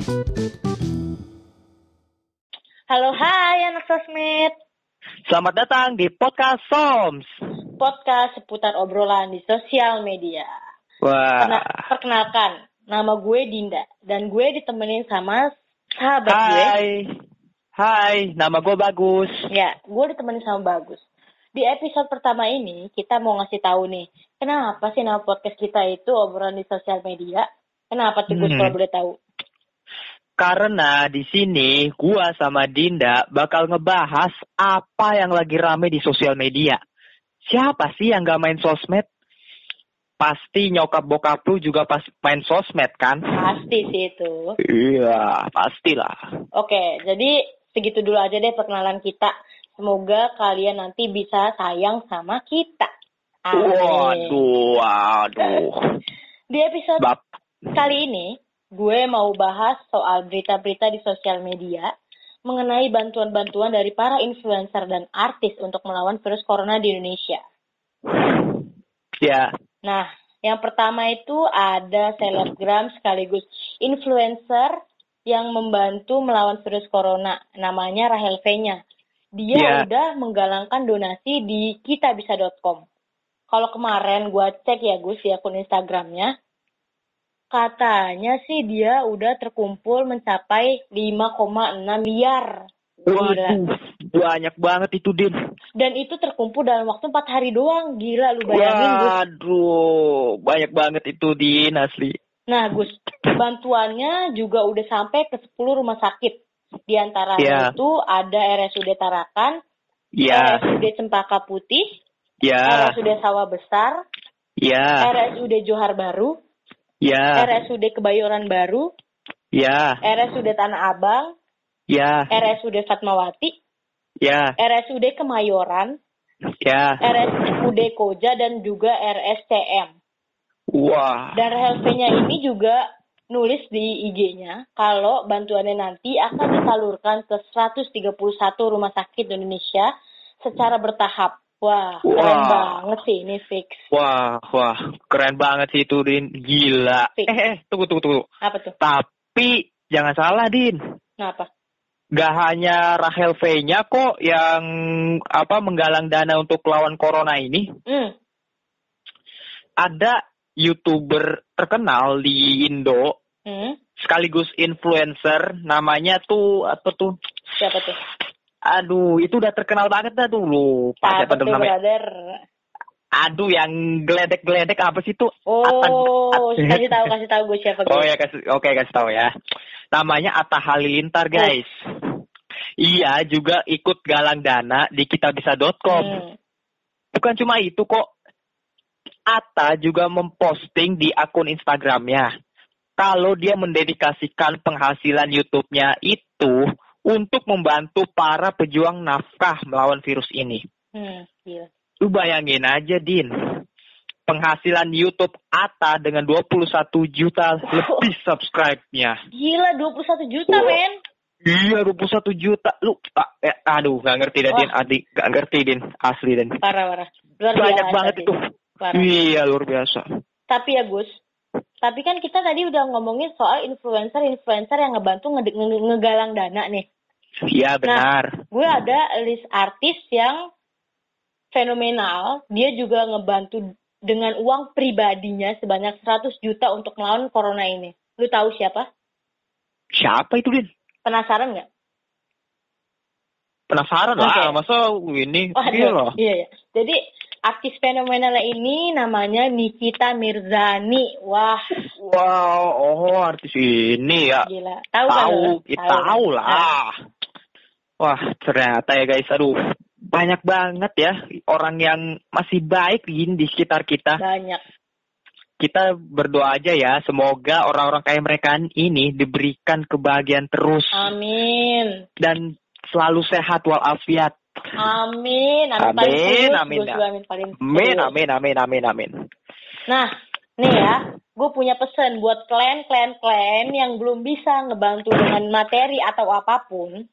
Halo, hai anak sosmed. Selamat datang di Podcast Soms. Podcast seputar obrolan di sosial media. Wah. Perkenalkan, nama gue Dinda. Dan gue ditemenin sama sahabat gue. Hai, nama gue Bagus. Ya, gue ditemenin sama Bagus. Di episode pertama ini, kita mau ngasih tahu nih, kenapa sih nama podcast kita itu obrolan di sosial media? Kenapa tuh Gus kalau boleh tahu? Karena di sini gua sama Dinda bakal ngebahas apa yang lagi rame di sosial media. Siapa sih yang gak main sosmed? Pasti nyokap bokap lu juga pas main sosmed kan? Pasti sih itu. Iya, pastilah. Oke, jadi segitu dulu aja deh perkenalan kita. Semoga kalian nanti bisa sayang sama kita. Amin. Waduh. Di episode kali ini, gue mau bahas soal berita-berita di sosial media mengenai bantuan-bantuan dari para influencer dan artis untuk melawan virus corona di Indonesia. Ya. Nah, yang pertama itu ada selebgram sekaligus influencer yang membantu melawan virus corona. Namanya Rahel V-nya. Dia udah menggalangkan donasi di kitabisa.com. Kalau kemarin gue cek ya Gus di akun Instagramnya, katanya sih dia udah terkumpul mencapai 5,6 miliar. Waduh, banyak banget itu, Din. Dan itu terkumpul dalam waktu 4 hari doang. Gila, lu bayangin, Gus. Waduh, banyak banget itu, Din, asli. Nah, Gus, bantuannya juga udah sampai ke 10 rumah sakit. Di antaranya itu ada RSUD Tarakan, RSUD Cempaka Putih, RSUD Sawah Besar, RSUD Johar Baru, RSUD Kebayoran Baru, RSUD Tanah Abang, RSUD Fatmawati, RSUD Kemayoran, RSUD Koja, dan juga RSCM. Wah. Dan RHLV-nya ini juga nulis di IG-nya kalau bantuannya nanti akan disalurkan ke 131 rumah sakit di Indonesia secara bertahap. Wah, keren banget sih ini fix. Wah, keren banget sih itu, Din. Gila. Fix. Tunggu. Apa tuh? Tapi jangan salah, Din. Kenapa? Gak hanya Rahel V-nya kok yang menggalang dana untuk lawan corona ini. Ada YouTuber terkenal di Indo, sekaligus influencer, namanya tuh apa tuh? Siapa tuh? Aduh, itu udah terkenal banget dah tuh, lupa siapa tuh namanya. Brother? Aduh, yang geledek-geledek apa sih tuh? Kasih tahu gue siapa gue. Oh ya, kasih tahu ya. Namanya Atta Halilintar, guys. Iya, juga ikut galang dana di kitabisa.com. Bukan cuma itu kok. Atta juga memposting di akun Instagramnya kalau dia mendedikasikan penghasilan YouTube-nya itu untuk membantu para pejuang nafkah melawan virus ini. Gila. Lu bayangin aja, Din. Penghasilan YouTube Atta dengan 21 juta lebih subscribe-nya. Gila, 21 juta, men. Iya, 21 juta. Lu, aduh, gak ngerti dah, Din. Adik, gak ngerti, Din. Asli, Din. Parah. Banyak banget itu. Parah. Iya, luar biasa. Tapi ya, Gus. Tapi kan kita tadi udah ngomongin soal influencer yang ngebantu ngegalang dana nih. Iya, benar. Nah, gue ada list artis yang fenomenal. Dia juga ngebantu dengan uang pribadinya sebanyak 100 juta untuk melawan corona ini. Lu tahu siapa? Siapa itu, Din? Penasaran nggak? Penasaran lah, masa ini? Iya. Jadi artis fenomenal ini namanya Nikita Mirzani. Artis ini ya. Gila. Tahu lah. Wah, ternyata ya guys, aduh, banyak banget ya orang yang masih baik di sekitar kita. Banyak. Kita berdoa aja ya, semoga orang-orang kayak mereka ini diberikan kebahagiaan terus. Amin. Dan selalu sehat walafiat. Amin. Amin. Nah, nih ya, gue punya pesan buat klien yang belum bisa ngebantu dengan materi atau apapun.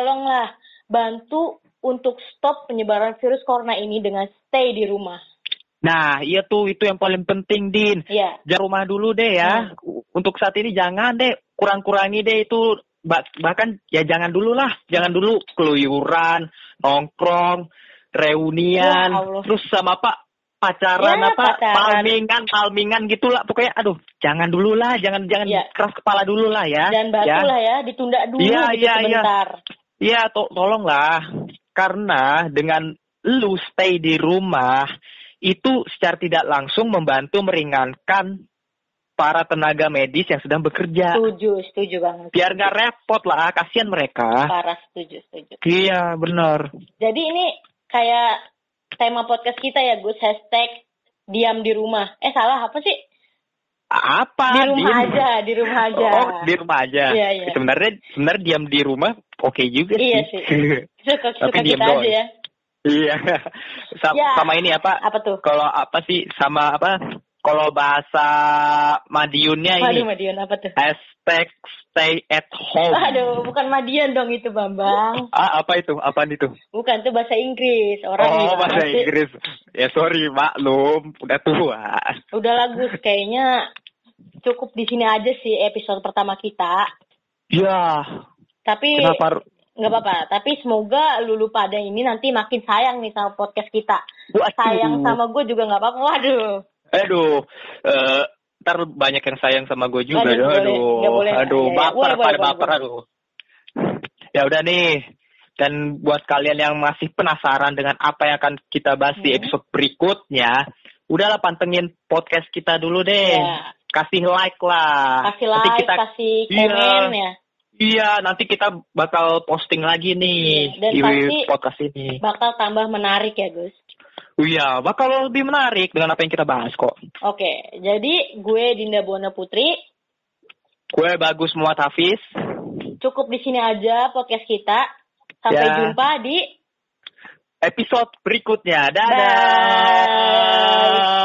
Tolonglah bantu untuk stop penyebaran virus corona ini dengan stay di rumah. Nah, iya tuh, itu yang paling penting, Din. Iya. Jangan rumah dulu deh ya. Untuk saat ini jangan deh, kurang-kurangi deh itu. Bahkan ya jangan dulu lah. Jangan dulu keluyuran, nongkrong, reunian, terus sama pacaran Ya, pacaran. palmingan gitulah. Pokoknya aduh, jangan dulu lah, jangan keras kepala dulu lah ya. Dan batu lah ya, ditunda dulu sebentar. Iya, tolonglah. Karena dengan lu stay di rumah, itu secara tidak langsung membantu meringankan para tenaga medis yang sedang bekerja. Setuju banget. Biar nggak repot lah, kasihan mereka. Parah, setuju. Iya, benar. Jadi ini kayak tema podcast kita ya, Gus, #diam di rumah. Salah apa sih? Apa? Di rumah aja. Oh, di rumah aja. Iya. Sebenarnya diam di rumah oke juga sih. Iya sih. Suka Tapi kita doang aja ya. Iya. Sama ini apa? Apa tuh? Kalau apa sih sama apa? Kalau bahasa Madiunnya ini. Madiun apa tuh? #stay at home. Aduh, bukan Madiun dong itu, Bambang. Apa itu? Apaan itu? Bukan, itu bahasa Inggris. Bahasa Inggris. Ya sorry, maklum, udah tua. Udah Gus, kayaknya cukup di sini aja sih episode pertama kita. Ya. Tapi kenapa? Nggak apa-apa, tapi semoga lulu pada ini nanti makin sayang nih sama podcast kita. Sayang sama gue juga nggak apa-apa. Waduh. Ntar banyak yang sayang sama gue juga. Nggak boleh. Baper. Aduh. Ya udah nih. Dan buat kalian yang masih penasaran dengan apa yang akan kita bahas di episode berikutnya, udahlah pantengin podcast kita dulu deh. Ya. Kasih like lah. Kasih komen ya. Iya, nanti kita bakal posting lagi nih dan di podcast ini. Bakal tambah menarik ya, Gus. Iya, bakal lebih menarik dengan apa yang kita bahas kok. Oke, jadi gue Dinda Buana Putri. Gue Bagus Muhammad Hafiz. Cukup di sini aja podcast kita. Sampai jumpa di episode berikutnya. Dadah.